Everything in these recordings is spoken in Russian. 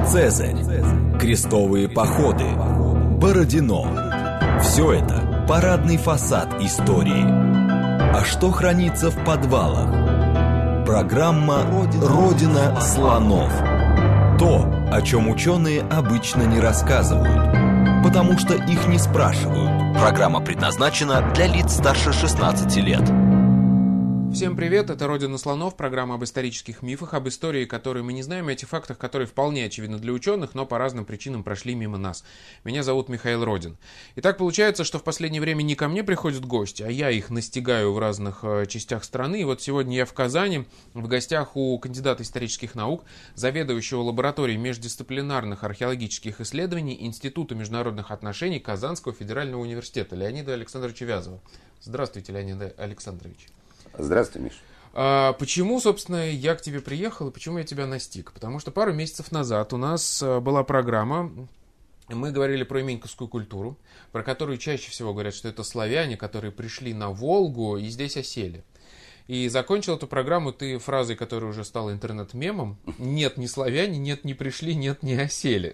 Цезарь, крестовые походы, Бородино. Все это парадный фасад истории. А что хранится в подвалах? Программа «Родина слонов». То, о чем ученые обычно не рассказывают, потому что их не спрашивают. Программа предназначена для лиц старше 16 лет. Всем привет, это «Родина слонов», программа об исторических мифах, об истории, которые мы не знаем, и о тех фактах, которые вполне очевидны для ученых, но по разным причинам прошли мимо нас. Меня зовут Михаил Родин. И так получается, что в последнее время не ко мне приходят гости, а я их настигаю в разных частях страны. И вот сегодня я в Казани, в гостях у кандидата исторических наук, заведующего лабораторией междисциплинарных археологических исследований Института международных отношений Казанского федерального университета Леонида Александровича Вязова. Здравствуйте, Леонид Александрович. Здравствуй, Миш. Почему, собственно, я к тебе приехал и почему я тебя настиг? Потому что пару месяцев назад у нас была программа, мы говорили про именьковскую культуру, про которую чаще всего говорят, что это славяне, которые пришли на Волгу и здесь осели. И закончил эту программу ты фразой, которая уже стала интернет-мемом: «Нет, не славяне, нет, не пришли, нет, не осели».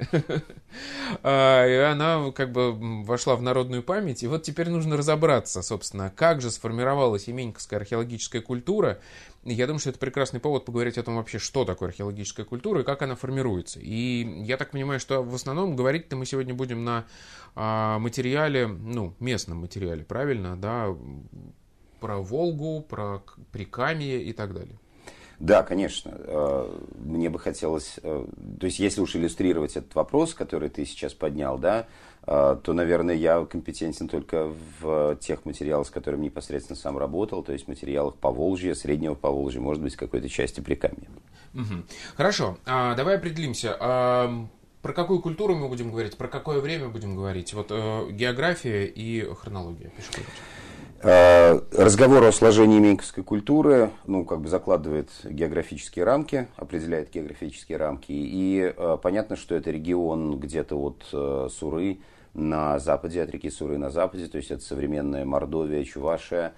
И она как бы вошла в народную память. И вот теперь нужно разобраться, собственно, как же сформировалась именьковская археологическая культура. И я думаю, что это прекрасный повод поговорить о том вообще, что такое археологическая культура и как она формируется. И я так понимаю, что в основном говорить-то мы сегодня будем на материале, местном материале, правильно, да, про Волгу, про Прикамье и так далее. Да, конечно. Мне бы хотелось... То есть, если уж иллюстрировать этот вопрос, который ты сейчас поднял, да, то, наверное, я компетентен только в тех материалах, с которыми непосредственно сам работал, то есть материалах Поволжья, Среднего Поволжья, может быть, какой-то части Прикамья. Угу. Хорошо. Давай определимся. Про какую культуру мы будем говорить, про какое время будем говорить? Вот география и хронология. Пиши, короче. Разговор о сложении именьковской культуры, закладывает географические рамки, определяет географические рамки. И понятно, что это регион где-то от Суры на западе, от реки Суры на западе, то есть это современная Мордовия, Чувашия,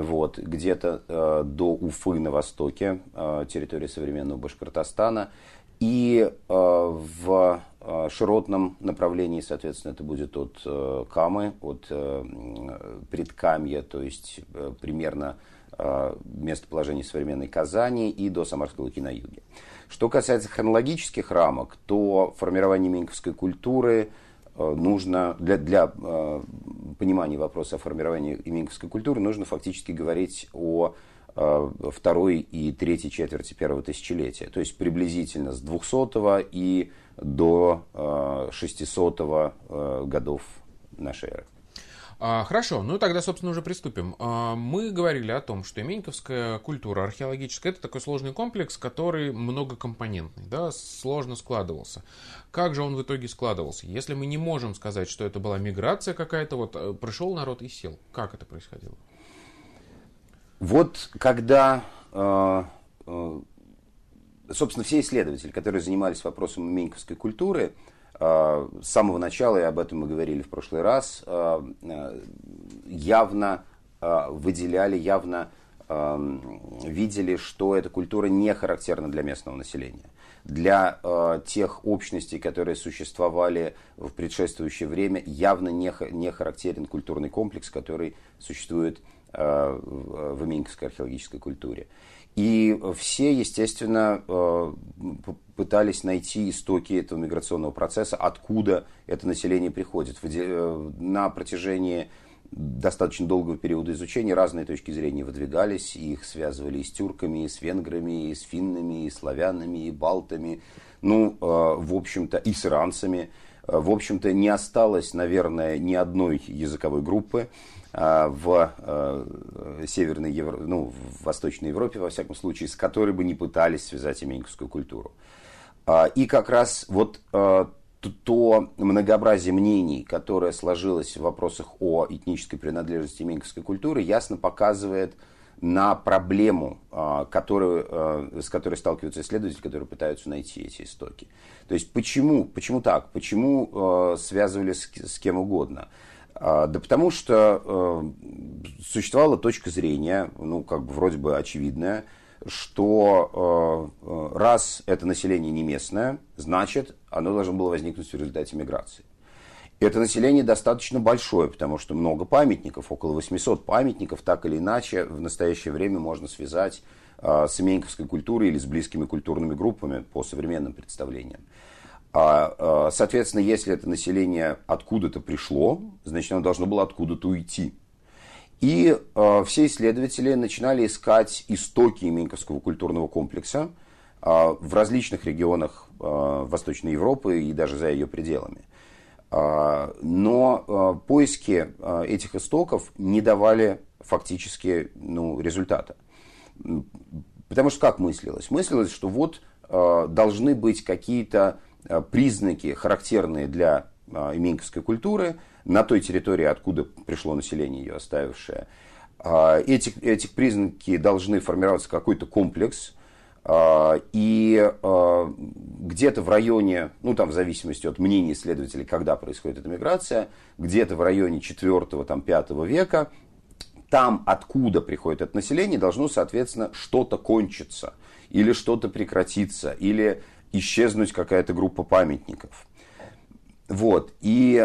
где-то до Уфы на востоке, территория современного Башкортостана. И в широтном направлении, соответственно, это будет от Камы, от Предкамья, то есть примерно местоположение современной Казани, и до Самарской Луки на юге. Что касается хронологических рамок, то формирование именьковской культуры нужно, для понимания вопроса о формировании именьковской культуры, нужно фактически говорить о второй и третьей четверти первого тысячелетия, то есть приблизительно с 200 и до 600 годов нашей эры. Хорошо, тогда, собственно, уже приступим. Мы говорили о том, что именьковская культура археологическая — это такой сложный комплекс, который многокомпонентный, да, сложно складывался. Как же он в итоге складывался? Если мы не можем сказать, что это была миграция какая-то, пришел народ и сел, как это происходило? Вот когда, собственно, все исследователи, которые занимались вопросом именьковской культуры, с самого начала, и об этом мы говорили в прошлый раз, явно выделяли, явно видели, что эта культура не характерна для местного населения. Для тех общностей, которые существовали в предшествующее время, явно не характерен культурный комплекс, который существует в именьковской археологической культуре. И все, естественно, пытались найти истоки этого миграционного процесса, откуда это население приходит. На протяжении достаточно долгого периода изучения разные точки зрения выдвигались, их связывали и с тюрками, и с венграми, и с финнами, и славянами, и балтами, в общем-то, и с иранцами. В общем-то, не осталось, наверное, ни одной языковой группы в Северной в Восточной Европе, во всяком случае, с которой бы не пытались связать именьковскую культуру. И как раз вот то многообразие мнений, которое сложилось в вопросах о этнической принадлежности именьковской культуры, ясно показывает на проблему, с которой сталкиваются исследователи, которые пытаются найти эти истоки. То есть почему так? Почему связывали с кем угодно? Да потому что существовала точка зрения, вроде бы очевидная, что раз это население не местное, значит, оно должно было возникнуть в результате миграции. Это население достаточно большое, потому что много памятников, около 800 памятников, так или иначе, в настоящее время можно связать с именьковской культурой или с близкими культурными группами по современным представлениям. Соответственно, если это население откуда-то пришло, значит, оно должно было откуда-то уйти. И все исследователи начинали искать истоки именьковского культурного комплекса в различных регионах Восточной Европы и даже за ее пределами. Но поиски этих истоков не давали фактически результата. Потому что как мыслилось? Мыслилось, что вот должны быть какие-то признаки, характерные для именьковской культуры, на той территории, откуда пришло население, ее оставившее. Эти признаки должны формироваться какой-то комплекс, и где-то в районе, там в зависимости от мнений исследователей, когда происходит эта миграция, где-то в районе 4-5 века, там, откуда приходит это население, должно, соответственно, что-то кончиться, или что-то прекратиться, или исчезнуть какая-то группа памятников. Вот. И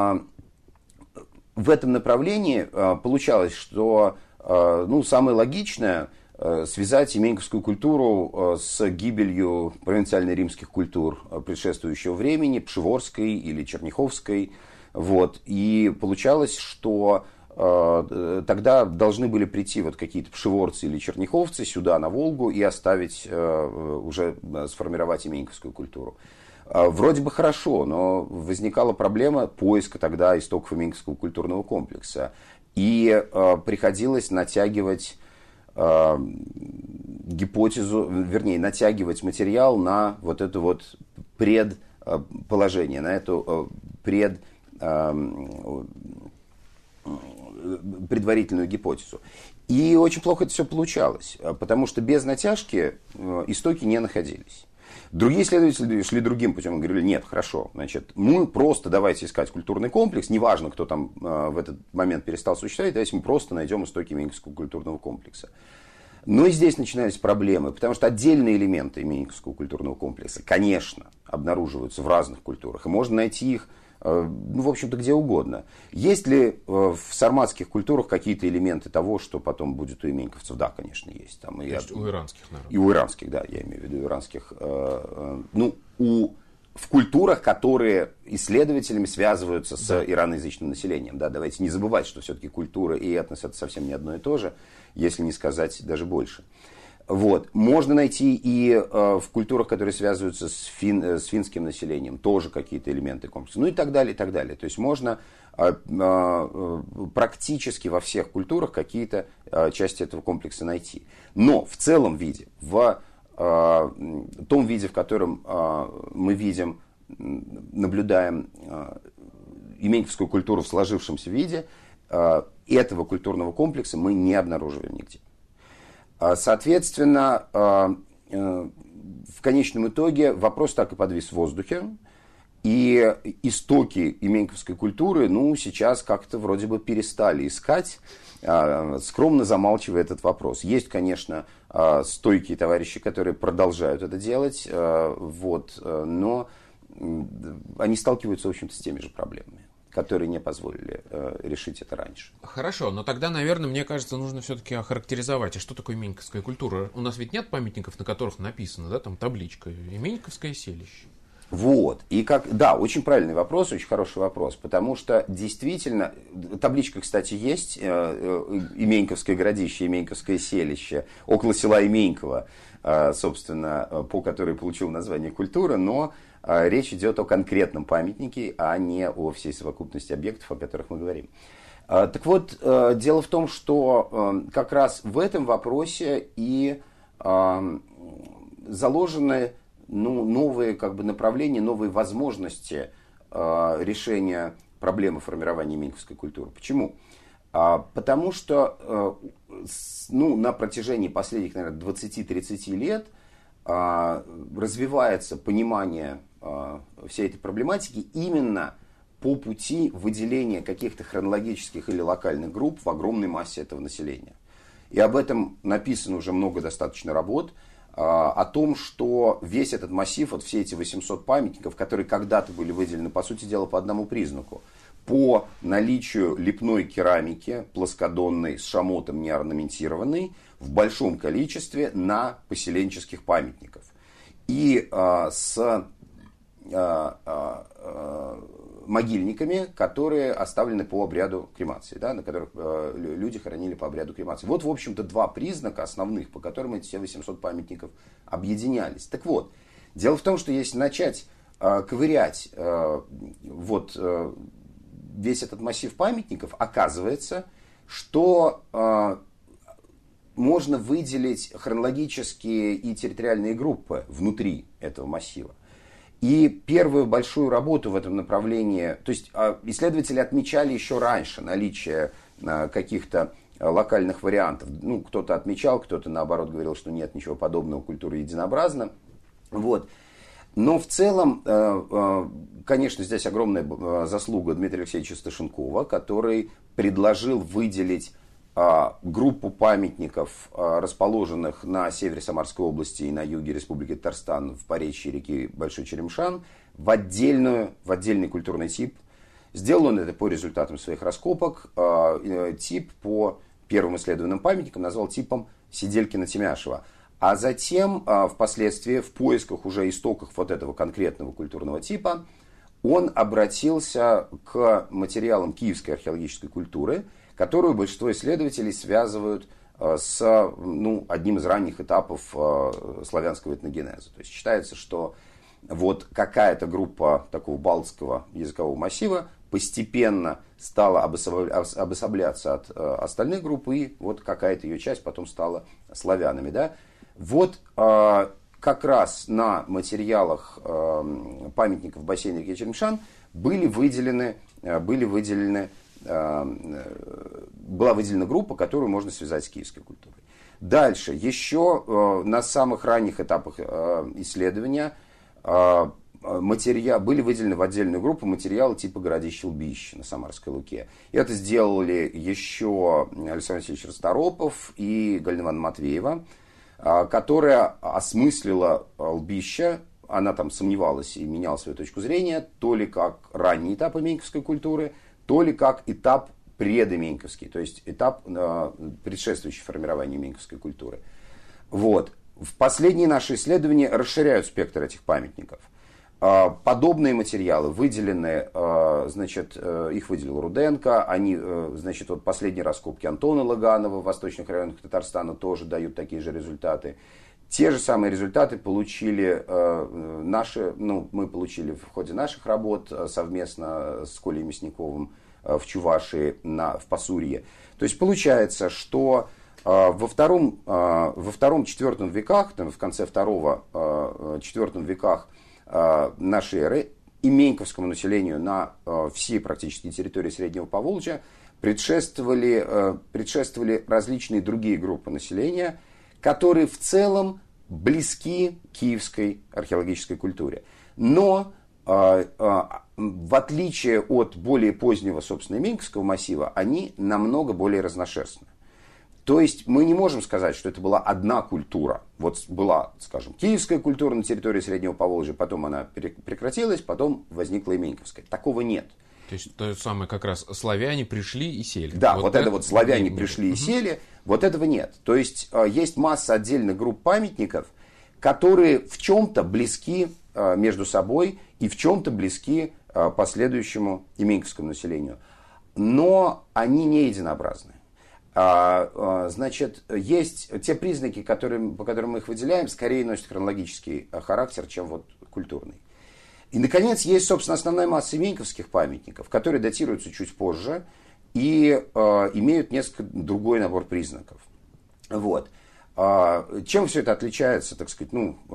в этом направлении получалось, что самое логичное связать именьковскую культуру с гибелью провинциально-римских культур предшествующего времени, пшеворской или черняховской. Вот. И получалось, что тогда должны были прийти вот какие-то пшеворцы или черняховцы сюда, на Волгу, и оставить, уже сформировать именьковскую культуру. Вроде бы хорошо, но возникала проблема поиска тогда истоков именьковского культурного комплекса. И приходилось натягивать гипотезу, вернее, натягивать материал на вот это вот предположение, на эту предварительную гипотезу. И очень плохо это все получалось, потому что без натяжки истоки не находились. Другие исследователи шли другим путем и говорили: нет, хорошо, значит, мы просто давайте искать культурный комплекс, неважно, кто там в этот момент перестал существовать, давайте мы просто найдем истоки именьковского культурного комплекса. Но и здесь начинались проблемы, потому что отдельные элементы именьковского культурного комплекса, конечно, обнаруживаются в разных культурах, и можно найти их, в общем-то, где угодно. Есть ли в сарматских культурах какие-то элементы того, что потом будет у именьковцев? Да, конечно, есть. Там, у иранских народов. И у иранских, да, я имею в виду иранских. В культурах, которые исследователями связываются с ираноязычным населением. Да, давайте не забывать, что все-таки культура и этнос — это совсем не одно и то же, если не сказать даже больше. Вот. Можно найти и в культурах, которые связываются с финским населением, тоже какие-то элементы комплекса. Ну и так далее, и так далее. То есть можно практически во всех культурах какие-то части этого комплекса найти. Но в целом виде, в том виде, в котором мы видим, наблюдаем именьковскую культуру в сложившемся виде, этого культурного комплекса мы не обнаруживаем нигде. Соответственно, в конечном итоге вопрос так и подвис в воздухе. И истоки именьковской культуры, сейчас как-то вроде бы перестали искать, скромно замалчивая этот вопрос. Есть, конечно, стойкие товарищи, которые продолжают это делать, но они сталкиваются, в общем-то, с теми же проблемами, которые не позволили решить это раньше. Хорошо, но тогда, наверное, мне кажется, нужно все-таки охарактеризовать, а что такое именьковская культура? У нас ведь нет памятников, на которых написано, да, там табличка «Именьковское селище». Вот. И да, очень правильный вопрос, очень хороший вопрос, потому что действительно, табличка, кстати, есть, Именьковское городище, Именьковское селище, около села Именьково, собственно, по которой получил название культура, но речь идет о конкретном памятнике, а не о всей совокупности объектов, о которых мы говорим. Так вот, дело в том, что как раз в этом вопросе и заложены новые направления, новые возможности решения проблемы формирования именьковской культуры. Почему? Потому что на протяжении последних, наверное, 20-30 лет развивается понимание всей этой проблематики именно по пути выделения каких-то хронологических или локальных групп в огромной массе этого населения. и об этом написано уже много достаточно работ, о том, что весь этот массив, вот все эти 800 памятников, которые когда-то были выделены, по сути дела, по одному признаку. По наличию лепной керамики, плоскодонной, с шамотом не орнаментированной, в большом количестве на поселенческих памятниках. И с могильниками, которые оставлены по обряду кремации, да, на которых люди хоронили по обряду кремации. Вот, в общем-то, два признака основных, по которым эти все 800 памятников объединялись. Так вот, дело в том, что если начать ковырять весь этот массив памятников, оказывается, что можно выделить хронологические и территориальные группы внутри этого массива. И первую большую работу в этом направлении, то есть исследователи отмечали еще раньше наличие каких-то локальных вариантов. Ну, кто-то отмечал, кто-то наоборот говорил, что нет ничего подобного, культура единообразна. Вот. Но в целом, конечно, здесь огромная заслуга Дмитрия Алексеевича Сташенкова, который предложил выделить группу памятников, расположенных на севере Самарской области и на юге Республики Татарстан в поречье реки Большой Черемшан, в отдельный культурный тип. Сделал он это по результатам своих раскопок. Тип по первым исследованным памятникам назвал типом Сиделькина-Тимяшева. А затем, впоследствии, в поисках уже истоков вот этого конкретного культурного типа, он обратился к материалам киевской археологической культуры, которую большинство исследователей связывают с одним из ранних этапов славянского этногенеза. То есть считается, что вот какая-то группа такого балтского языкового массива постепенно стала обособляться от остальных групп, и вот какая-то ее часть потом стала славянами. Да? Вот как раз на материалах памятников бассейна реки Черемшан была выделена группа, которую можно связать с киевской культурой. Дальше, еще на самых ранних этапах исследования были выделены в отдельную группу материалы типа городища Лбищ на Самарской Луке. И это сделали еще Александр Васильевич Расторопов и Галина Ивановна Матвеева, которая осмыслила Лбища. Она там сомневалась и меняла свою точку зрения, то ли как ранний этап меньковской культуры, то ли как этап предменьковский, то есть этап, предшествующий формированию меньковской культуры. Вот. В последние наши исследования расширяют спектр этих памятников. Подобные материалы выделены, их выделил Руденко, вот последние раскопки Антона Лаганова в восточных районах Татарстана тоже дают такие же результаты. Те же самые результаты получили мы получили в ходе наших работ совместно с Колей Мясниковым в Чувашии, в Пасурье. То есть получается, что во втором-четвертом веках, в конце второго-четвертом веках нашей эры, и меньковскому населению на всей практически территории Среднего Поволжья предшествовали различные другие группы населения, которые в целом близки киевской археологической культуре. Но в отличие от более позднего, собственно, меньковского массива, они намного более разношерстны. То есть мы не можем сказать, что это была одна культура. Вот была, скажем, киевская культура на территории Среднего Поволжья, потом она прекратилась, потом возникла и меньковская. Такого нет. То есть то же самое как раз славяне пришли и сели. Да, вот это вот славяне пришли и сели, вот этого нет. То есть есть масса отдельных групп памятников, которые в чем-то близки между собой и в чем-то близки последующему именьковскому населению. Но они не единообразны. Значит, есть те признаки, по которым мы их выделяем, скорее носят хронологический характер, чем вот культурный. И, наконец, есть, собственно, основная масса меньковских памятников, которые датируются чуть позже и имеют несколько другой набор признаков. Вот. Чем все это отличается, так сказать,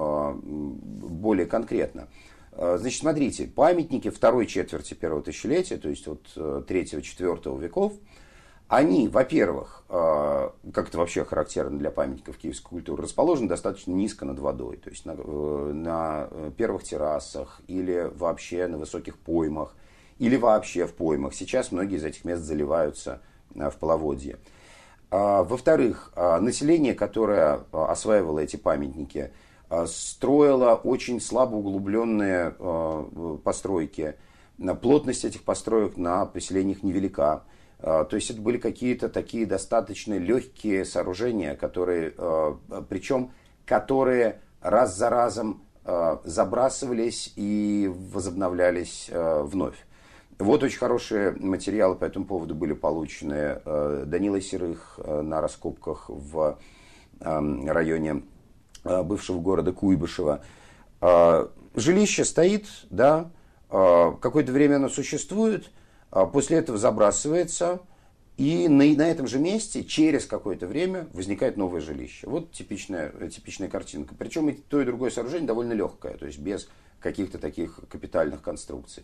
более конкретно? Значит, смотрите, памятники второй четверти первого тысячелетия, то есть от 3-4 веков, они, во-первых, как это вообще характерно для памятников киевской культуры, расположены достаточно низко над водой, то есть на первых террасах или вообще на высоких поймах, или вообще в поймах. Сейчас многие из этих мест заливаются в половодье. Во-вторых, население, которое осваивало эти памятники, строило очень слабо углубленные постройки. Плотность этих построек на поселениях невелика. То есть это были какие-то такие достаточно легкие сооружения, причем которые раз за разом забрасывались и возобновлялись вновь. Вот очень хорошие материалы по этому поводу были получены Данилой Серых на раскопках в районе бывшего города Куйбышева. Жилище стоит, да, какое-то время оно существует, после этого забрасывается, и на этом же месте через какое-то время возникает новое жилище. Вот типичная картинка. Причем и то, и другое сооружение довольно легкое, то есть без каких-то таких капитальных конструкций.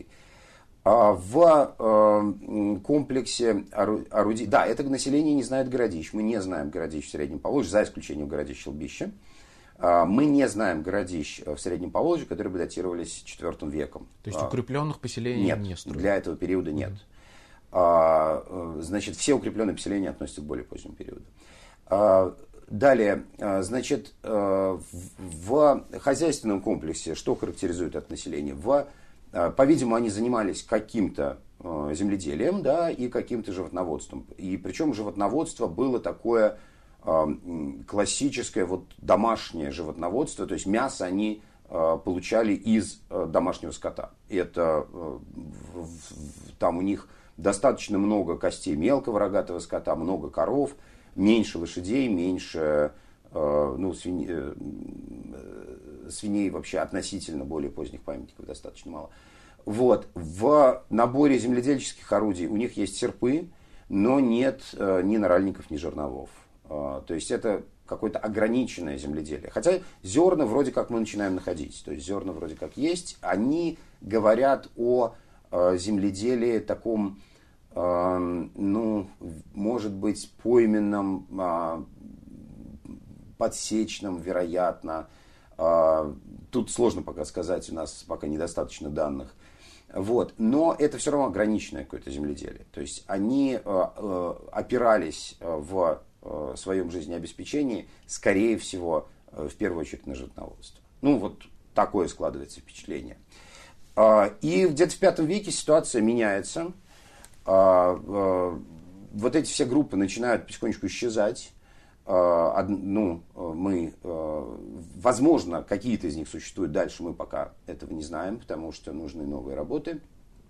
В комплексе орудий... Да, это население не знает городищ. Мы не знаем городищ в Среднем Поволжье, за исключением городищ Щелбища. Мы не знаем городищ в Среднем Поволжье, которые бы датировались IV веком. То есть укрепленных поселений не строят? Для этого периода нет. Значит, все укрепленные поселения относятся к более позднему периоду. Далее, значит, в хозяйственном комплексе что характеризует это население? По-видимому, они занимались каким-то земледелием, да, и каким-то животноводством. И причем животноводство было такое классическое вот домашнее животноводство, то есть мясо они получали из домашнего скота. Это там у них достаточно много костей мелкого рогатого скота, много коров, меньше лошадей, меньше свиней вообще относительно более поздних памятников достаточно мало. Вот. В наборе земледельческих орудий у них есть серпы, но нет ни наральников, ни жерновов. То есть это какое-то ограниченное земледелие. Хотя зерна вроде как мы начинаем находить. То есть зерна вроде как есть. Они говорят о земледелии таком, может быть, пойменном, подсечном, вероятно. Тут сложно пока сказать, у нас пока недостаточно данных. Вот. Но это все равно ограниченное какое-то земледелие. То есть они опирались в своем жизнеобеспечении, скорее всего, в первую очередь на животноводство. Вот такое складывается впечатление. И где-то в V веке ситуация меняется. Вот эти все группы начинают потихонечку исчезать. Возможно, какие-то из них существуют дальше, мы пока этого не знаем, потому что нужны новые работы.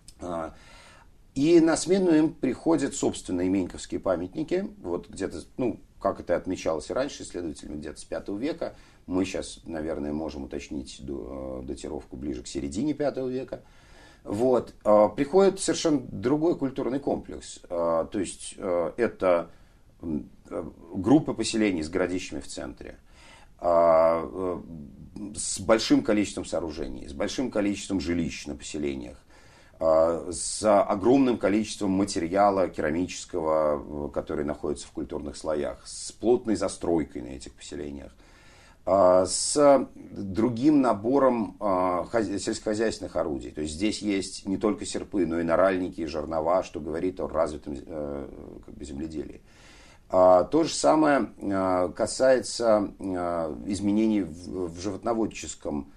И на смену им приходят, собственно, именьковские памятники. Вот где-то, как это отмечалось и раньше исследователями, где-то с V века. Мы сейчас, наверное, можем уточнить датировку ближе к середине V века. Вот. Приходит совершенно другой культурный комплекс. То есть это группы поселений с городищами в центре, с большим количеством сооружений, с большим количеством жилищ на поселениях, с огромным количеством материала керамического, который находится в культурных слоях, с плотной застройкой на этих поселениях, с другим набором сельскохозяйственных орудий. То есть здесь есть не только серпы, но и наральники, и жернова, что говорит о развитом земледелии. То же самое касается изменений в животноводческом,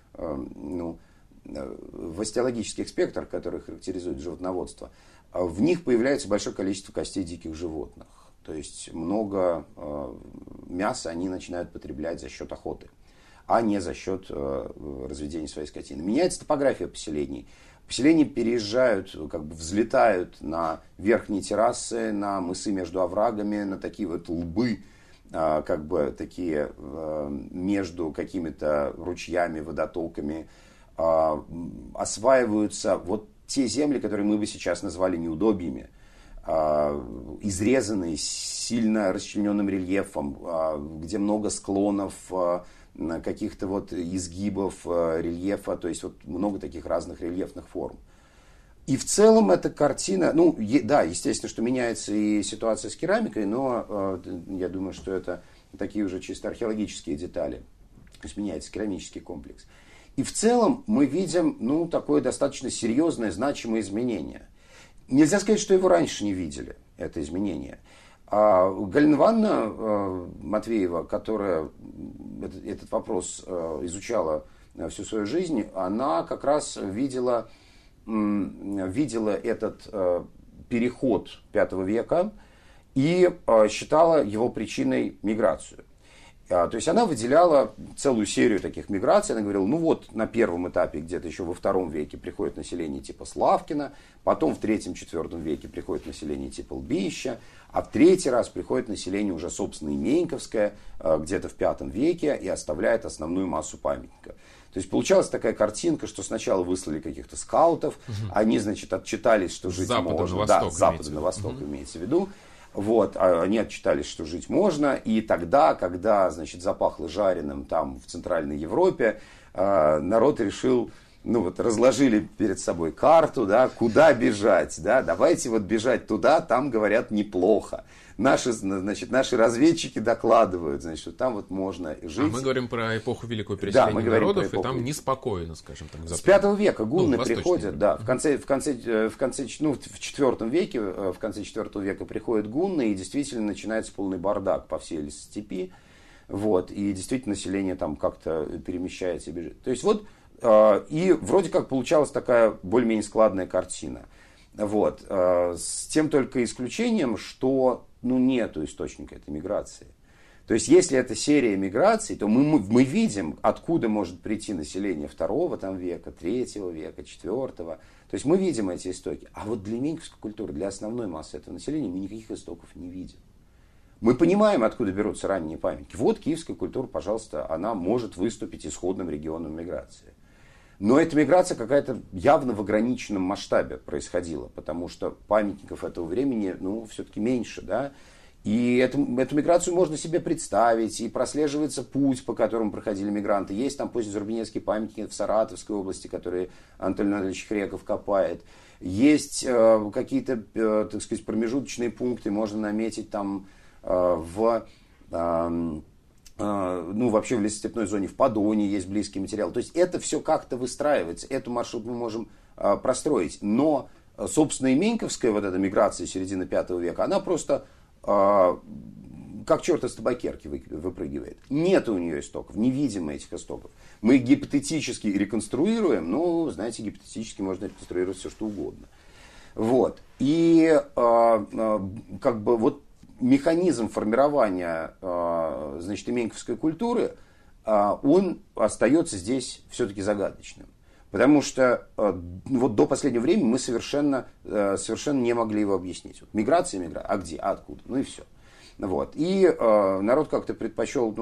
в остеологических спектрах, которые характеризуют животноводство. В них появляется большое количество костей диких животных. То есть много мяса они начинают потреблять за счет охоты, а не за счет разведения своей скотины. Меняется топография поселений. Поселения переезжают, взлетают на верхние террасы, на мысы между оврагами, на такие вот лбы, такие между какими-то ручьями, водотоками. Осваиваются вот те земли, которые мы бы сейчас назвали неудобьями, изрезанные сильно расчлененным рельефом, где много склонов, каких-то вот изгибов рельефа, то есть вот много таких разных рельефных форм. И в целом эта картина, да, естественно, что меняется и ситуация с керамикой, но я думаю, что это такие уже чисто археологические детали. То есть меняется керамический комплекс. И в целом мы видим, такое достаточно серьезное, значимое изменение. Нельзя сказать, что его раньше не видели, это изменение. А Галина Ивановна Матвеева, которая этот вопрос изучала всю свою жизнь, она как раз видела этот переход V века и считала его причиной миграцию. То есть она выделяла целую серию таких миграций. Она говорила, ну вот на первом этапе, где-то еще во II веке приходит население типа Славкина, потом в III-IV веке приходит население типа Лбища, а в третий раз приходит население уже, собственно, Именьковское, где-то в V веке, и оставляет основную массу памятника. То есть получалась такая картинка, что сначала выслали каких-то скаутов, они, значит, отчитались, что жить можно. Да, с запада на восток имеется в виду. Вот, они отчитались, что жить можно, и тогда, когда, значит, запахло жареным там в Центральной Европе, народ решил, ну вот, разложили перед собой карту, да, куда бежать, да, давайте вот бежать туда, там, говорят, неплохо. Наши разведчики докладывают, значит, что там вот можно жить. А мы говорим про эпоху Великого переселения народов, и там неспокойно, скажем так. С V века гунны приходят, да, в IV веке, в конце IV века приходят гунны, и действительно начинается полный бардак по всей лесостепи, вот, и действительно население там как-то перемещается и бежит. То есть вот, и вроде как получалась такая более-менее складная картина. Вот, с тем только исключением, что нету источника этой миграции. То есть, если это серия миграций, то мы видим, откуда может прийти население II века, III века, IV. То есть, мы видим эти истоки. А вот для именьковской культуры, для основной массы этого населения, мы никаких истоков не видим. Мы понимаем, откуда берутся ранние памятники. Вот киевская культура, пожалуйста, она может выступить исходным регионом миграции. Но эта миграция какая-то явно в ограниченном масштабе происходила, потому что памятников этого времени, все-таки меньше, да. И эту миграцию можно себе представить, и прослеживается путь, по которому проходили мигранты. Есть там позднезарубинецкие памятники в Саратовской области, которые Анатолий Анатольевич Хреков копает. Есть какие-то, так сказать, промежуточные пункты, можно наметить там вообще в лесостепной зоне, в Подоне есть близкий материал. То есть это все как-то выстраивается, эту маршрут мы можем простроить. Но, собственно, именьковская вот эта миграция середины V века, она просто как черт из табакерки выпрыгивает. Нет у нее истоков, не видим мы этих истоков. Мы их гипотетически реконструируем, знаете, гипотетически можно реконструировать все, что угодно. Вот. И как бы вот механизм формирования, значит, именьковской культуры, он остается здесь все-таки загадочным. Потому что вот до последнего времени мы совершенно не могли его объяснить. Вот миграция, а где, а откуда, и все. Вот. И народ как-то предпочел,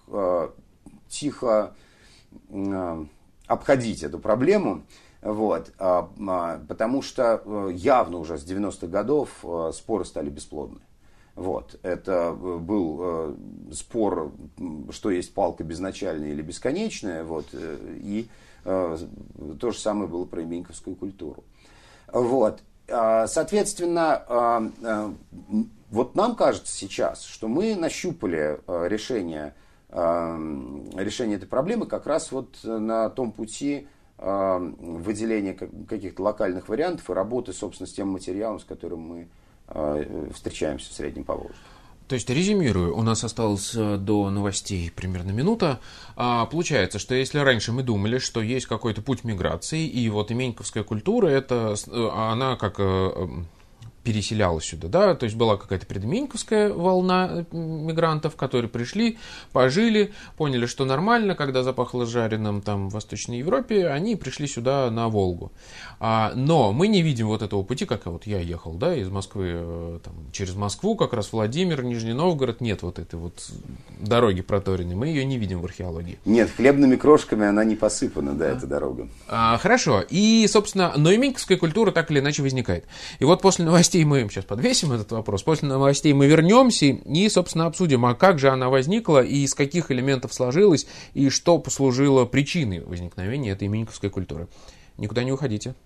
тихо обходить эту проблему. Вот, потому что явно уже с 90-х годов споры стали бесплодны. Вот, это был спор, что есть палка безначальная или бесконечная, вот, и то же самое было про именьковскую культуру. Вот, соответственно, вот нам кажется сейчас, что мы нащупали решение этой проблемы как раз вот на том пути выделения каких-то локальных вариантов и работы, собственно, с тем материалом, с которым мы встречаемся в Среднем Поволжье. То есть, резюмирую, у нас осталось до новостей примерно минута. Получается, что если раньше мы думали, что есть какой-то путь миграции, и вот именьковская культура, она как переселялась сюда, да, то есть была какая-то предименьковская волна мигрантов, которые пришли, пожили, поняли, что нормально, когда запахло жареным там в Восточной Европе, они пришли сюда на Волгу. Но мы не видим вот этого пути, как вот я ехал, да, из Москвы там, через Москву, как раз Владимир, Нижний Новгород, нет вот этой вот дороги проторенной, мы ее не видим в археологии. Нет, хлебными крошками она не посыпана, да, эта дорога. Хорошо, и, собственно, но именьковская культура так или иначе возникает. И вот после новостей мы сейчас подвесим этот вопрос. После новостей мы вернемся и, собственно, обсудим, а как же она возникла, и из каких элементов сложилась, и что послужило причиной возникновения этой именьковской культуры. Никуда не уходите.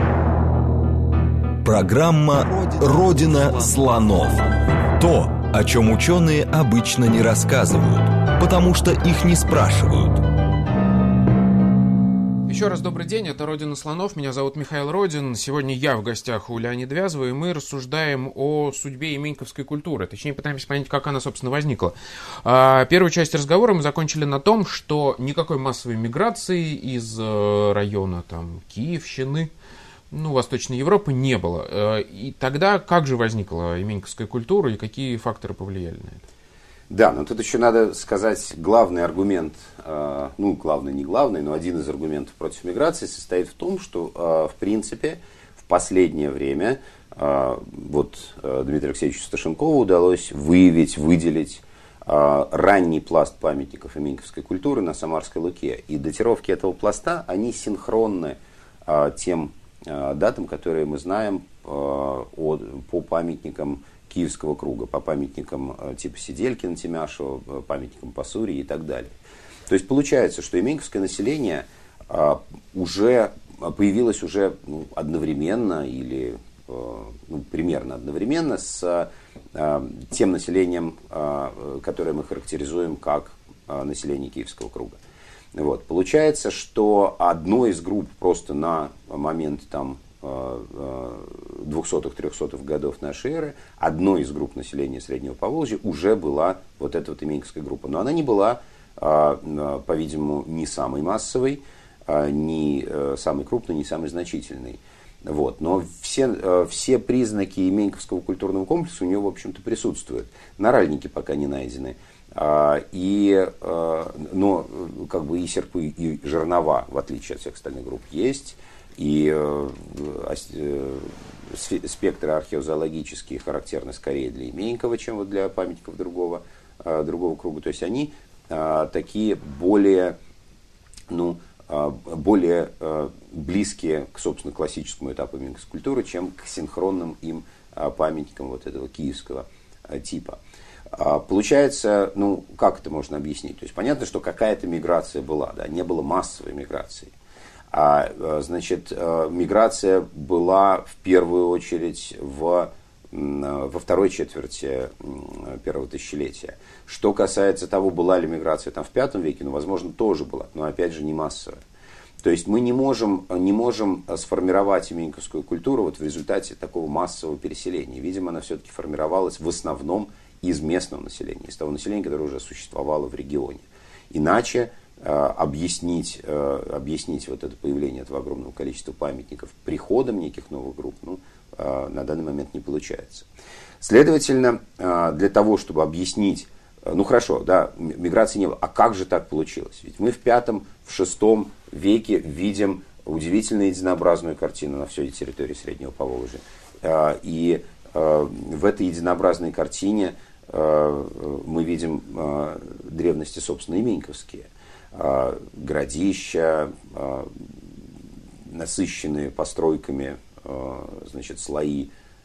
Программа «Родина слонов». То, о чем ученые обычно не рассказывают, потому что их не спрашивают. Еще раз добрый день, это «Родина слонов», меня зовут Михаил Родин. Сегодня я в гостях у Леонида Вязова, и мы рассуждаем о судьбе еменьковской культуры. Точнее, пытаемся понять, как она, собственно, возникла. Первую часть разговора мы закончили на том, что никакой массовой миграции из района Киевщины, Восточной Европы не было. И тогда как же возникла еменьковская культура и какие факторы повлияли на это? Да, но тут еще надо сказать главный аргумент, главный, не главный, но один из аргументов против миграции состоит в том, что, в принципе, в последнее время Дмитрию Алексеевичу Сташенкову удалось выделить ранний пласт памятников еменьковской культуры на Самарской Луке. И датировки этого пласта, они синхронны тем датам, которые мы знаем по памятникам Киевского круга, по памятникам типа Сиделькина, Тимяшева, памятникам Пасурии и так далее. То есть получается, что еменьковское население уже появилось одновременно или примерно одновременно с тем населением, которое мы характеризуем как население Киевского круга. Получается, что одной из групп просто на момент 200-300-х годов нашей эры, одной из групп населения Среднего Поволжья уже была эта еменьковская группа. Но она не была, по-видимому, ни самой массовой, ни самой крупной, ни самой значительной. Но все признаки еменьковского культурного комплекса у нее, в общем-то, присутствуют. Наральники пока не найдены. Но и серпы, и жернова, в отличие от всех остальных групп, есть. И спектры археозоологические характерны скорее для Еменькова, чем для памятников другого круга. То есть они такие более близкие к, собственно, классическому этапу еменьковской культуры, чем к синхронным им памятникам этого киевского типа. Получается, как это можно объяснить? То есть понятно, что какая-то миграция была, да, не было массовой миграции. Миграция была в первую очередь во второй четверти первого тысячелетия. Что касается того, была ли миграция в V веке, возможно, тоже была, но опять же не массовая. То есть мы не можем сформировать еменьковскую культуру в результате такого массового переселения. Видимо, она все-таки формировалась в основном из местного населения, из того населения, которое уже существовало в регионе. Иначе объяснить это появление этого огромного количества памятников приходом неких новых групп, на данный момент не получается. Следовательно, для того, чтобы объяснить, миграции не было, а как же так получилось? Ведь мы в V-VI веке видим удивительно единообразную картину на всей территории Среднего Поволжья. И в этой единообразной картине мы видим древности, собственно, еменьковские. Городища, насыщенные постройками, слои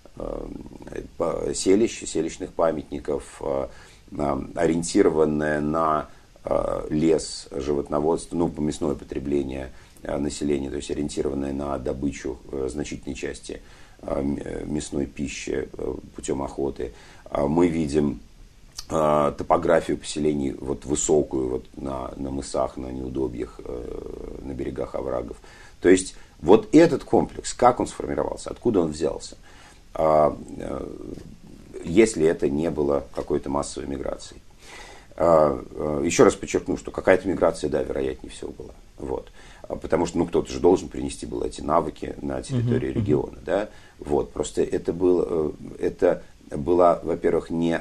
селищных памятников, ориентированное на лес, животноводство, мясное потребление населения, то есть ориентированное на добычу значительной части мясной пищи путем охоты. Мы видим топографию поселений высокую на мысах, на неудобьях, на берегах оврагов. То есть этот комплекс, как он сформировался, откуда он взялся, если это не было какой-то массовой миграцией. Еще раз подчеркну, что какая-то миграция, да, вероятнее всего была. Потому что кто-то же должен принести было эти навыки на территорию региона. Да? Просто это было, во-первых, не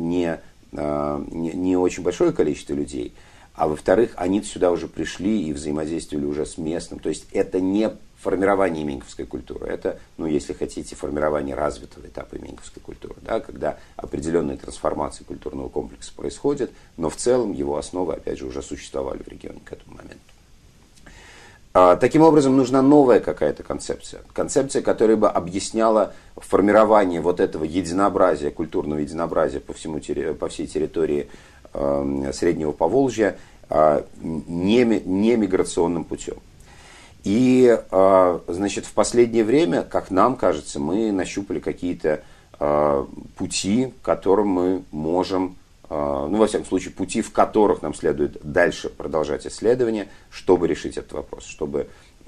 очень большое количество людей, а во-вторых, они сюда уже пришли и взаимодействовали уже с местным. То есть это не формирование еменьковской культуры, это, если хотите, формирование развитого этапа еменьковской культуры, да, когда определенные трансформации культурного комплекса происходят, но в целом его основы, опять же, уже существовали в регионе к этому моменту. Таким образом, нужна новая какая-то концепция. Концепция, которая бы объясняла формирование этого единообразия, культурного единообразия по всей территории Среднего Поволжья не миграционным путем. И, в последнее время, как нам кажется, мы нащупали какие-то пути, которым мы можем во всяком случае, пути, в которых нам следует дальше продолжать исследования, чтобы решить этот вопрос, чтобы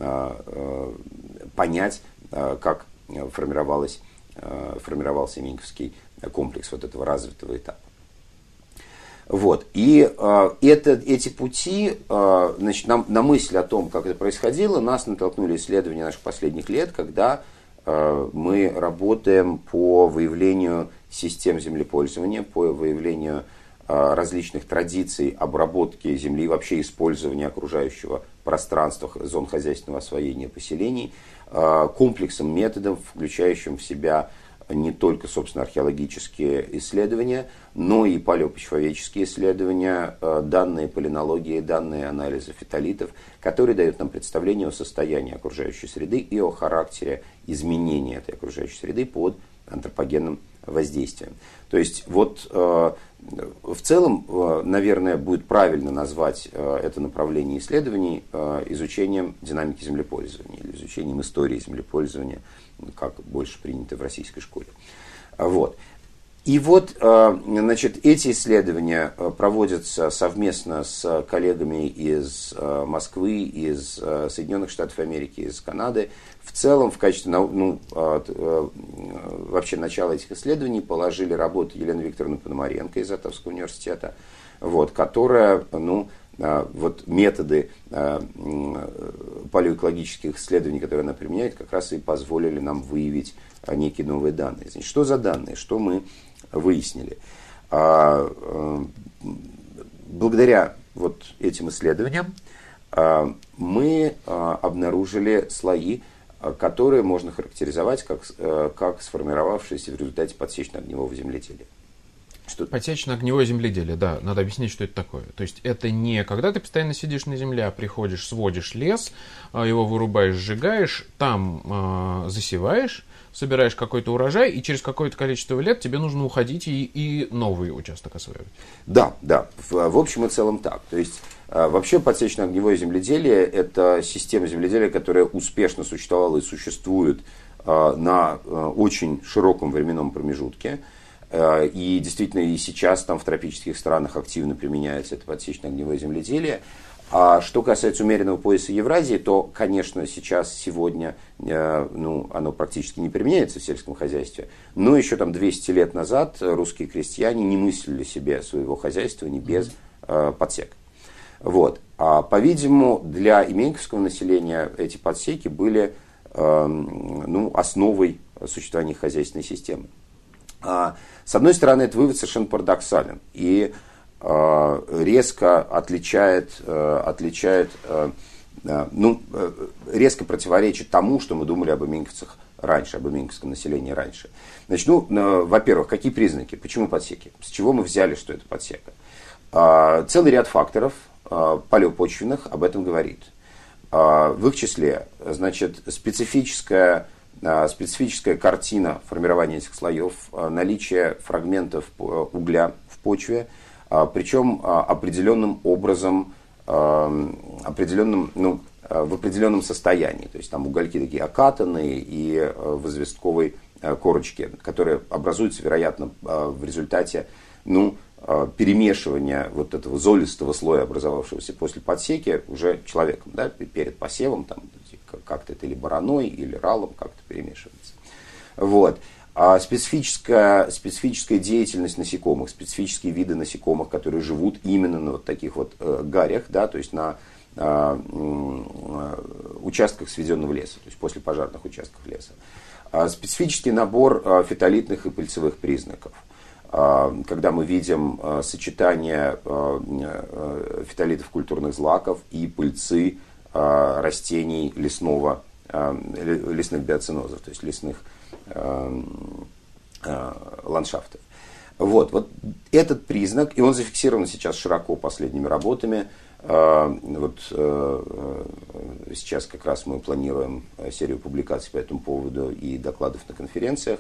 понять, как формировался Меньковский комплекс вот этого развитого этапа. Вот. И эти пути, значит, на мысль о том, как это происходило, нас натолкнули исследования наших последних лет, когда мы работаем по выявлению систем землепользования, по выявлению различных традиций обработки земли, вообще использования окружающего пространства, зон хозяйственного освоения поселений, комплексом методов, включающим в себя не только, собственно, археологические исследования, но и палеопочвоведческие исследования, данные полинологии, данные анализа фитолитов, которые дают нам представление о состоянии окружающей среды и о характере изменения этой окружающей среды под антропогенным воздействием. То есть вот в целом, наверное, будет правильно назвать это направление исследований изучением динамики землепользования или изучением истории землепользования, как больше принято в российской школе. Вот. И вот, значит, эти исследования проводятся совместно с коллегами из Москвы, из Соединенных Штатов Америки, из Канады. В целом, в качестве вообще начала этих исследований положили работу Елены Викторовны Пономаренко из Саратовского университета, вот, которая, вот методы палеоэкологических исследований, которые она применяет, как раз и позволили нам выявить некие новые данные. Значит, что за данные? Что мы выяснили? Благодаря вот этим исследованиям мы обнаружили слои, которые можно характеризовать как сформировавшиеся в результате подсечно-огневого земледелия. Подсечно-огневое земледелие, да, надо объяснить, что это такое. То есть это не когда ты постоянно сидишь на земле, а приходишь, сводишь лес, его вырубаешь, сжигаешь, там засеваешь, собираешь какой-то урожай, и через какое-то количество лет тебе нужно уходить и новый участок осваивать. Да, в общем и целом так. То есть вообще подсечно-огневое земледелие – это система земледелия, которая успешно существовала и существует на очень широком временном промежутке. И действительно и сейчас там в тропических странах активно применяется это подсечно-огневое земледелие. А что касается умеренного пояса Евразии, то, конечно, сегодня, оно практически не применяется в сельском хозяйстве. Но еще там 200 лет назад русские крестьяне не мыслили себе своего хозяйствования без подсек. Вот. А, по-видимому, для именьковского населения эти подсеки были основой существования хозяйственной системы. С одной стороны, этот вывод совершенно парадоксален и резко резко противоречит тому, что мы думали об именьковцах раньше, об именьковском населении раньше. Значит, во-первых, какие признаки? Почему подсеки? С чего мы взяли, что это подсека? Целый ряд факторов палеопочвенных об этом говорит. В их числе, значит, специфическая картина формирования этих слоев, наличие фрагментов угля в почве, причем определенным образом, в определенном состоянии. То есть там угольки такие окатанные и в известковой корочке, которые образуются, вероятно, в результате перемешивания вот этого золистого слоя, образовавшегося после подсеки, уже человеком, да, перед посевом, там, как-то это или бараной, или ралом как-то перемешивается. Вот. А специфическая деятельность насекомых, специфические виды насекомых, которые живут именно на вот таких вот гарях, да, то есть на участках сведенного леса, то есть после пожарных участков леса. Специфический набор фитолитных и пыльцевых признаков. Когда мы видим сочетание фитолитов культурных злаков и пыльцы растений лесных биоценозов, то есть лесных ландшафтов. Вот этот признак, и он зафиксирован сейчас широко последними работами. Сейчас как раз мы планируем серию публикаций по этому поводу и докладов на конференциях.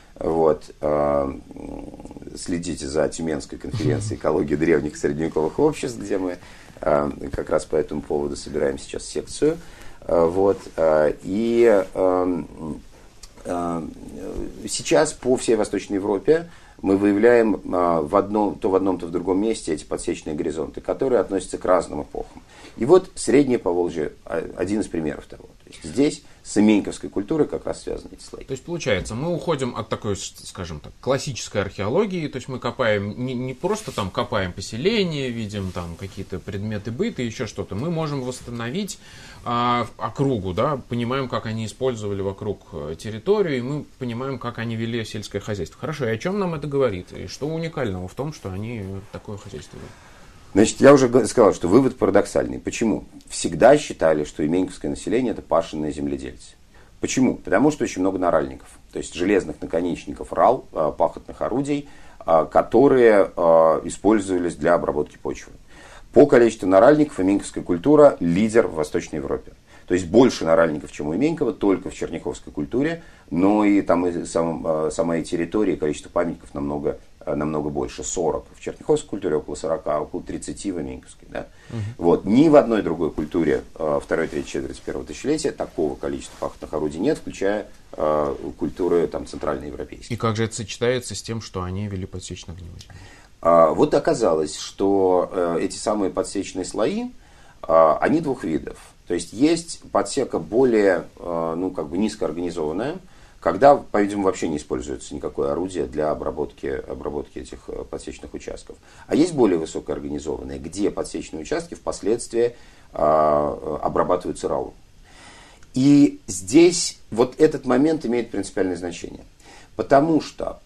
Следите за Тюменской конференцией «Экология древних и средневековых обществ», где мы как раз по этому поводу собираем сейчас секцию. И сейчас по всей Восточной Европе мы выявляем то в одном, то в другом месте эти подсечные горизонты, которые относятся к разным эпохам. И вот Среднее Поволжье один из примеров того. То есть здесь с именьковской культурой как раз связаны эти слои. То есть, получается, мы уходим от такой, скажем так, классической археологии, то есть мы копаем, не просто там копаем поселения, видим там какие-то предметы быта, еще что-то. Мы можем восстановить округу, да, понимаем, как они использовали вокруг территорию, и мы понимаем, как они вели сельское хозяйство. Хорошо, и о чем нам это говорит? И что уникального в том, что они такое хозяйство вели? Значит, я уже сказал, что вывод парадоксальный. Почему? Всегда считали, что именьковское население – это пашенные земледельцы. Почему? Потому что очень много наральников, то есть железных наконечников рал, пахотных орудий, которые использовались для обработки почвы. По количеству наральников именьковская культура – лидер в Восточной Европе. То есть больше наральников, чем у Именькова, только в черняховской культуре, но и там и сама и территория, и количество памятников намного больше, 40. В черняховской культуре около 40, а около 30 в именьковской. Да? Вот. Ни в одной другой культуре второй-третьей четверти первого тысячелетия такого количества пахотных орудий нет, включая культуры там, центральноевропейские. И как же это сочетается с тем, что они вели подсечно-огневую? Вот оказалось, что эти самые подсечные слои, они двух видов. То есть есть подсека более низкоорганизованная, когда, по-видимому, вообще не используется никакое орудие для обработки этих подсечных участков. А есть более высокоорганизованные, где подсечные участки впоследствии обрабатываются ралом. И здесь вот этот момент имеет принципиальное значение. Потому что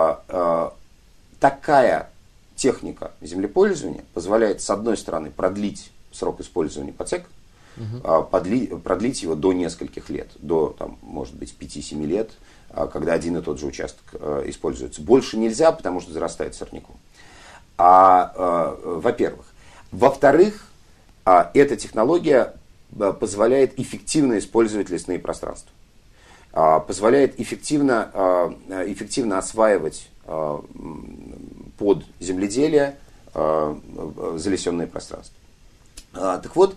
такая техника землепользования позволяет, с одной стороны, продлить срок использования подсека, продлить его до нескольких лет, до, там, может быть, 5-7 лет, когда один и тот же участок используется. Больше нельзя, потому что зарастает сорняком. Во-первых. Во-вторых, эта технология позволяет эффективно использовать лесные пространства. Позволяет эффективно осваивать под земледелие залесенные пространства. Так вот,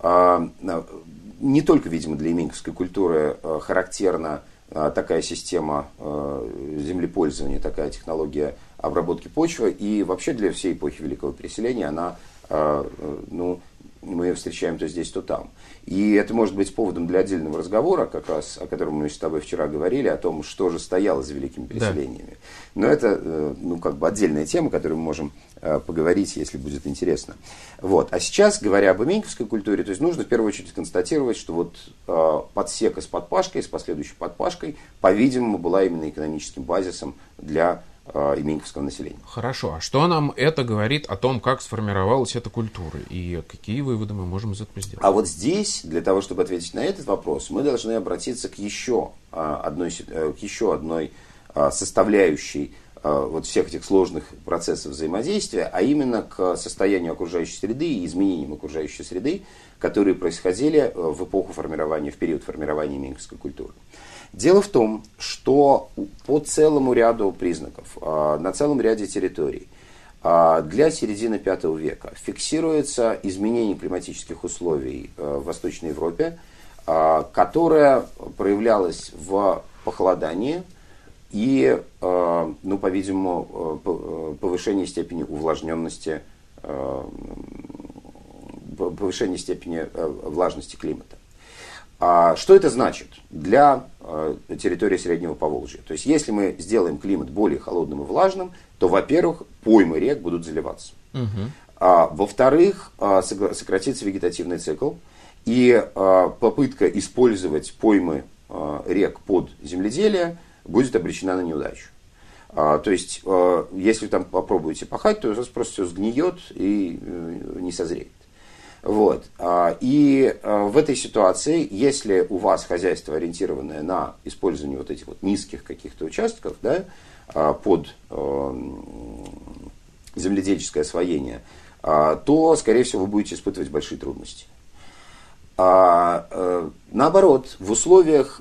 не только, видимо, для именьковской культуры характерна такая система землепользования, такая технология обработки почвы, и вообще для всей эпохи Великого Переселения она, мы ее встречаем то здесь, то там. И это может быть поводом для отдельного разговора, как раз о котором мы с тобой вчера говорили, о том, что же стояло за великими переселениями. Да. Но это отдельная тема, которую мы можем поговорить, если будет интересно. Вот. А сейчас, говоря об именьковской культуре, то есть нужно в первую очередь констатировать, что вот подсека с подпашкой, с последующей подпашкой, по-видимому, была именно экономическим базисом для именьковского населения. Хорошо, а что нам это говорит о том, как сформировалась эта культура, и какие выводы мы можем из этого сделать? А вот здесь, для того, чтобы ответить на этот вопрос, мы должны обратиться к еще одной составляющей вот всех этих сложных процессов взаимодействия, а именно к состоянию окружающей среды и изменениям окружающей среды, которые происходили в период формирования именьковской культуры. Дело в том, что по целому ряду признаков, на целом ряде территорий, для середины V века фиксируется изменение климатических условий в Восточной Европе, которое проявлялось в похолодании и, по-видимому, повышении степени увлажненности, повышении степени влажности климата. Что это значит для территории Среднего Поволжья? То есть, если мы сделаем климат более холодным и влажным, то, во-первых, поймы рек будут заливаться. Во-вторых, сократится вегетативный цикл, и попытка использовать поймы рек под земледелие будет обречена на неудачу. То есть, если там попробуете пахать, то у вас просто все сгниет и не созреет. Вот. И в этой ситуации, если у вас хозяйство, ориентированное на использование вот этих вот низких каких-то участков, да, под земледельческое освоение, то, скорее всего, вы будете испытывать большие трудности. Наоборот, в условиях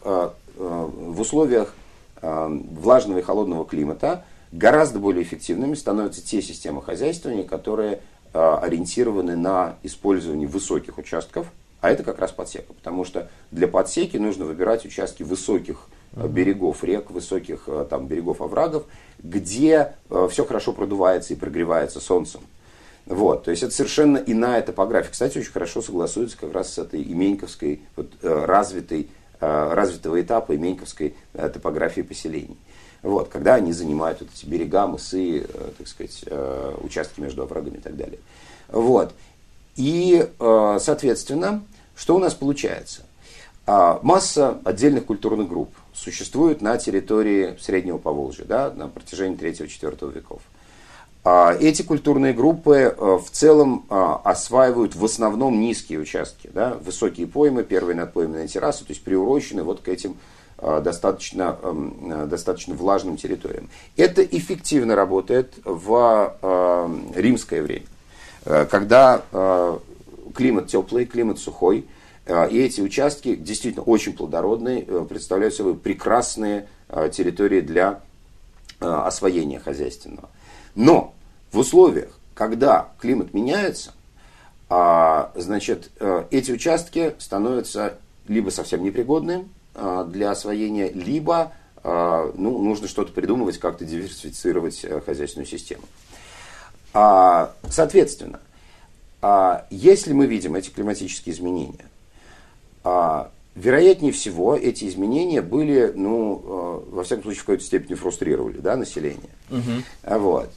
влажного и холодного климата гораздо более эффективными становятся те системы хозяйствования, которые ориентированы на использование высоких участков, а это как раз подсека, потому что для подсеки нужно выбирать участки высоких берегов рек, высоких там берегов оврагов, где все хорошо продувается и прогревается солнцем. Вот, то есть это совершенно иная топография. Кстати, очень хорошо согласуется как раз с этой именьковской, вот, развитого этапа именьковской топографии поселений. Вот, когда они занимают вот эти берега, мысы, так сказать, участки между оврагами и так далее. Вот. И, соответственно, что у нас получается? Масса отдельных культурных групп существует на территории Среднего Поволжья, да, на протяжении 3-4 веков. Эти культурные группы в целом осваивают в основном низкие участки, да, высокие поймы, первые надпойменные террасы, то есть приурочены вот к этим достаточно влажным территориям. Это эффективно работает в римское время, когда климат теплый, климат сухой, и эти участки действительно очень плодородные, представляют собой прекрасные территории для освоения хозяйственного. Но в условиях, когда климат меняется, значит, эти участки становятся либо совсем непригодны для освоения, либо нужно что-то придумывать, как-то диверсифицировать хозяйственную систему. Соответственно, если мы видим эти климатические изменения, вероятнее всего, эти изменения были, во всяком случае, в какой-то степени фрустрировали, да, население. Вот.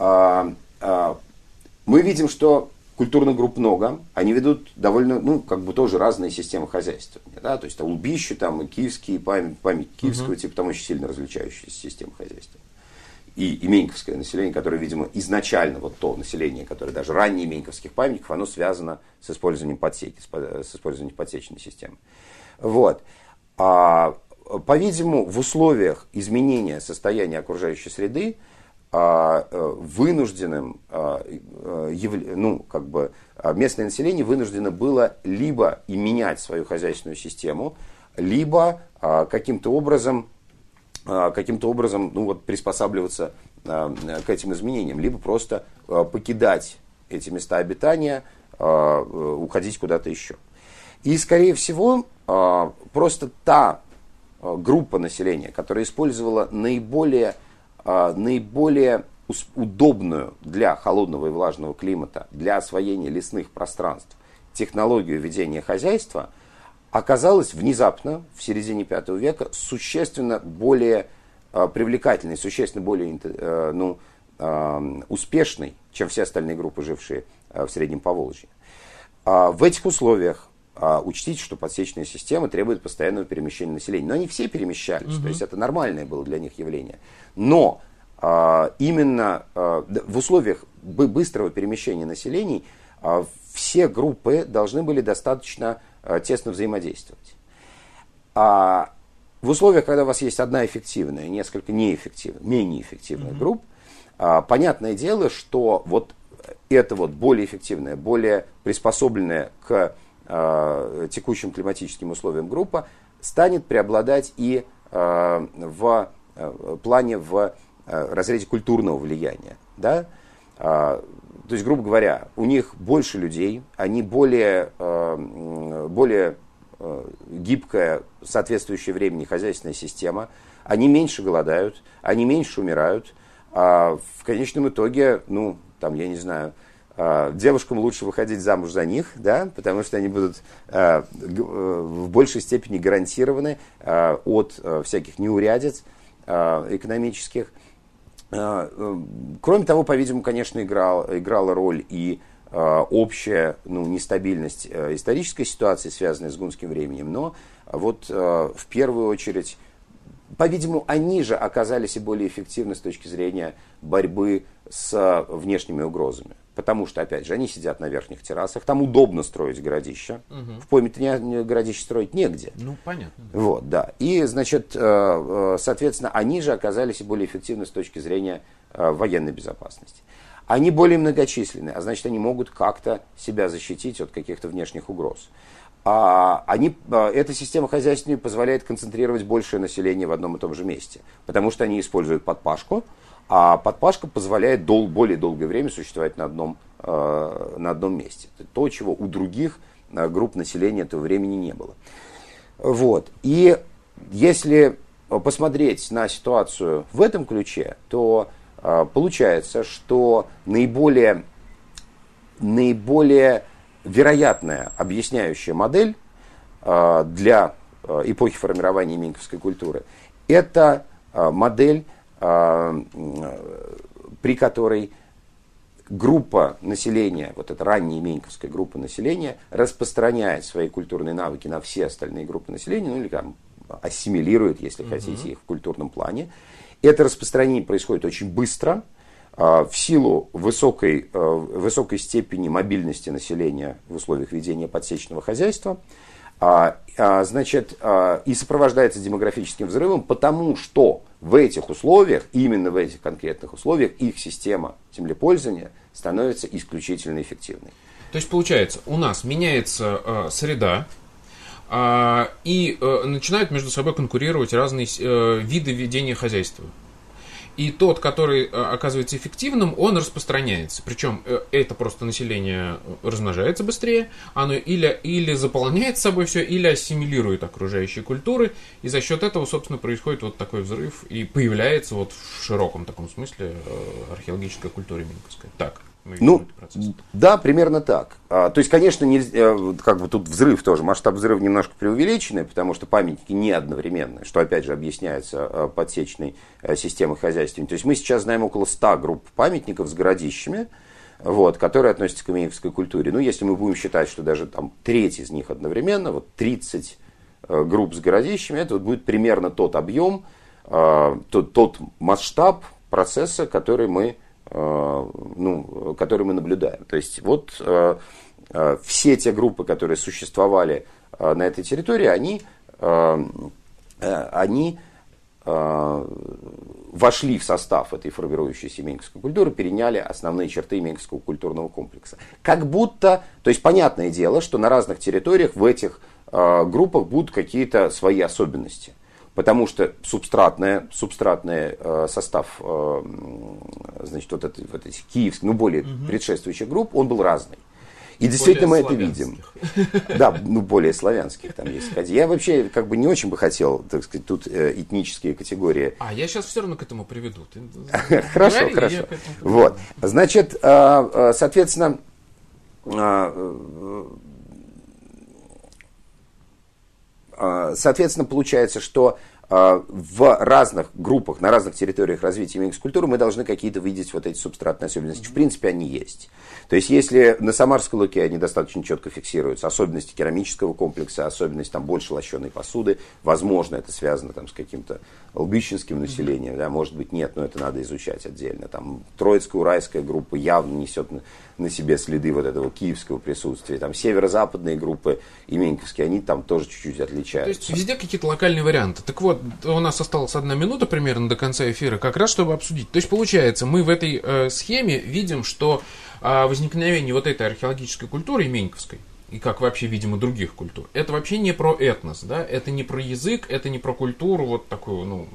Мы видим, что культурных групп много, они ведут довольно, тоже разные системы хозяйствования. Да? То есть Лубище, там, и киевские, память киевского типа, там очень сильно различающиеся системы хозяйства. И именьковское население, которое, видимо, изначально, вот то население, которое даже ранее именьковских памятников, оно связано с использованием подсеки, с использованием подсечной системы. Вот. По-видимому, в условиях изменения состояния окружающей среды вынужденным, местное население вынуждено было либо и менять свою хозяйственную систему, либо каким-то образом приспосабливаться к этим изменениям, либо просто покидать эти места обитания, уходить куда-то еще. И, скорее всего, просто та группа населения, которая использовала наиболее удобную для холодного и влажного климата, для освоения лесных пространств технологию ведения хозяйства, оказалась внезапно в середине V века существенно более привлекательной, существенно более успешной, чем все остальные группы, жившие в Среднем Поволжье. В этих условиях учтите, что подсечная система требует постоянного перемещения населения. Но они все перемещались, то есть это нормальное было для них явление. Но именно в условиях быстрого перемещения населения все группы должны были достаточно тесно взаимодействовать. В условиях, когда у вас есть одна эффективная и несколько неэффективных, менее эффективных групп, понятное дело, что вот эта вот более эффективная, более приспособленная к текущим климатическим условиям группа станет преобладать и в плане, в разрезе культурного влияния. Да? То есть, грубо говоря, у них больше людей, они более гибкая, соответствующая времени хозяйственная система, они меньше голодают, они меньше умирают, а в конечном итоге, я не знаю, девушкам лучше выходить замуж за них, да, потому что они будут в большей степени гарантированы от всяких неурядиц экономических. Кроме того, по-видимому, конечно, играла роль и общая нестабильность исторической ситуации, связанная с гунским временем, но вот в первую очередь, по-видимому, они же оказались и более эффективны с точки зрения борьбы с внешними угрозами. Потому что, опять же, они сидят на верхних террасах, там удобно строить городища. В пойме-то городище строить негде. Понятно. Вот, да. И, значит, соответственно, они же оказались и более эффективны с точки зрения военной безопасности. Они более многочисленны, а значит, они могут как-то себя защитить от каких-то внешних угроз. Эта система хозяйственная позволяет концентрировать большее население в одном и том же месте, потому что они используют подпашку, а подпашка позволяет более долгое время существовать на одном месте. То, чего у других групп населения этого времени не было. Вот. И если посмотреть на ситуацию в этом ключе, то получается, что наиболее вероятная объясняющая модель для эпохи формирования меньковской культуры – это модель, при которой группа населения, вот эта ранняя меньковская группа населения, распространяет свои культурные навыки на все остальные группы населения, ну или там ассимилирует, если хотите, их в культурном плане. Это распространение происходит очень быстро, в силу высокой степени мобильности населения в условиях ведения подсечного хозяйства, и сопровождается демографическим взрывом, потому что в этих условиях, именно в этих конкретных условиях, их система землепользования становится исключительно эффективной. То есть, получается, у нас меняется среда, и начинают между собой конкурировать разные виды ведения хозяйства. И тот, который оказывается эффективным, он распространяется. Причем это просто население размножается быстрее, оно или заполняет собой все, или ассимилирует окружающие культуры, и за счет этого, собственно, происходит вот такой взрыв, и появляется вот в широком таком смысле археологическая культура меньковская. Так. Да, примерно так. То есть, конечно, нельзя, как бы тут взрыв тоже, масштаб взрыва немножко преувеличенный, потому что памятники не одновременные, что опять же объясняется подсечной системой хозяйственной. То есть мы сейчас знаем около 100 групп памятников с городищами, вот, которые относятся к меньковской культуре. Ну, если мы будем считать, что даже там треть из них одновременно, вот 30 групп с городищами, это вот будет примерно тот объем, тот масштаб процесса, который мы наблюдаем. То есть вот все те группы, которые существовали на этой территории, они вошли в состав этой формирующейся меньковской культуры, переняли основные черты меньковского культурного комплекса. Как будто, то есть понятное дело, что на разных территориях в этих группах будут какие-то свои особенности. Потому что субстратный состав, значит, вот этих киевских, более предшествующих групп, он был разный. И действительно мы это видим. Да, более славянских там есть. Я вообще как бы не очень бы хотел, так сказать, тут этнические категории. Я сейчас все равно к этому приведу. Хорошо. Вот. Значит, соответственно, получается, что в разных группах, на разных территориях развития меньковской культуры мы должны какие-то видеть вот эти субстратные особенности. В принципе, они есть. То есть, если на Самарской Луке они достаточно четко фиксируются, особенности керамического комплекса, особенности там, больше лощеной посуды, возможно, это связано там, с каким-то лбищенским населением, да, может быть, нет, но это надо изучать отдельно. Там, Троицкая, Уральская группа явно несет на себе следы вот этого киевского присутствия. Там, северо-западные группы и меньковские, они там тоже чуть-чуть отличаются. То есть, везде какие-то локальные варианты. Так вот, у нас осталась 1 минута примерно до конца эфира, как раз чтобы обсудить. То есть, получается, мы в этой схеме видим, что возникновение вот этой археологической культуры меньковской, и как вообще, видимо, других культур, это вообще не про этнос, да? Это не про язык, это не про культуру вот такую,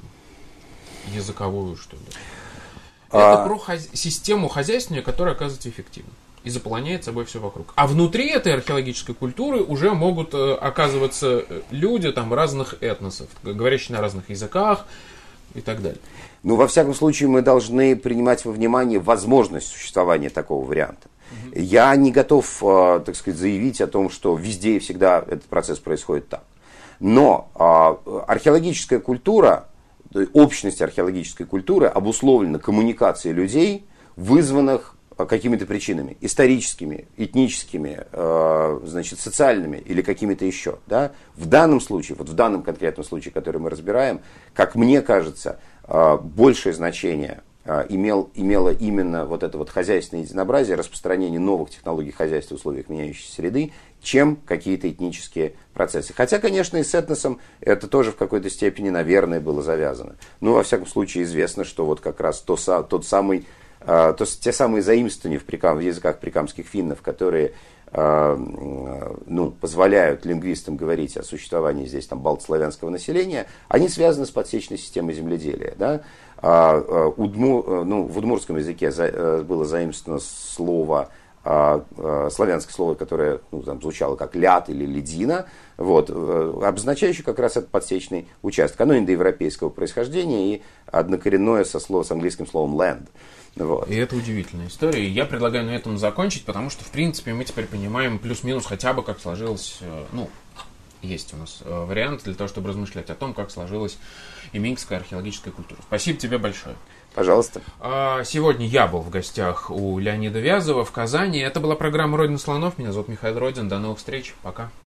языковую, что ли. Это про систему хозяйственную, которая оказывается эффективной и заполняет собой все вокруг. А внутри этой археологической культуры уже могут оказываться люди там разных этносов, говорящие на разных языках и так далее. Во всяком случае, мы должны принимать во внимание возможность существования такого варианта. Я не готов, так сказать, заявить о том, что везде и всегда этот процесс происходит так. Но археологическая культура, общность археологической культуры обусловлена коммуникацией людей, вызванных какими-то причинами, историческими, этническими, значит, социальными или какими-то еще. Да? В данном случае, вот в данном конкретном случае, который мы разбираем, как мне кажется, большее значение имело именно вот это вот хозяйственное единообразие, распространение новых технологий хозяйства в условиях меняющейся среды, чем какие-то этнические процессы. Хотя, конечно, и с этносом это тоже в какой-то степени, наверное, было завязано. Но, во всяком случае, известно, что вот как раз те самые заимствования в языках прикамских финнов, которые позволяют лингвистам говорить о существовании здесь там балтославянского населения, они связаны с подсечной системой земледелия. Да? В удмуртском языке было заимствовано слово славянское слово, которое звучало как ляд или ледина, обозначающее как раз этот подсечный участок. Оно индоевропейского происхождения и однокоренное с английским словом land. И это удивительная история. И я предлагаю на этом закончить, потому что, в принципе, мы теперь понимаем плюс-минус хотя бы, как сложилось, есть у нас вариант для того, чтобы размышлять о том, как сложилась еминская археологическая культура. Спасибо тебе большое. Пожалуйста. Сегодня я был в гостях у Леонида Вязова в Казани. Это была программа «Родина слонов». Меня зовут Михаил Родин. До новых встреч. Пока.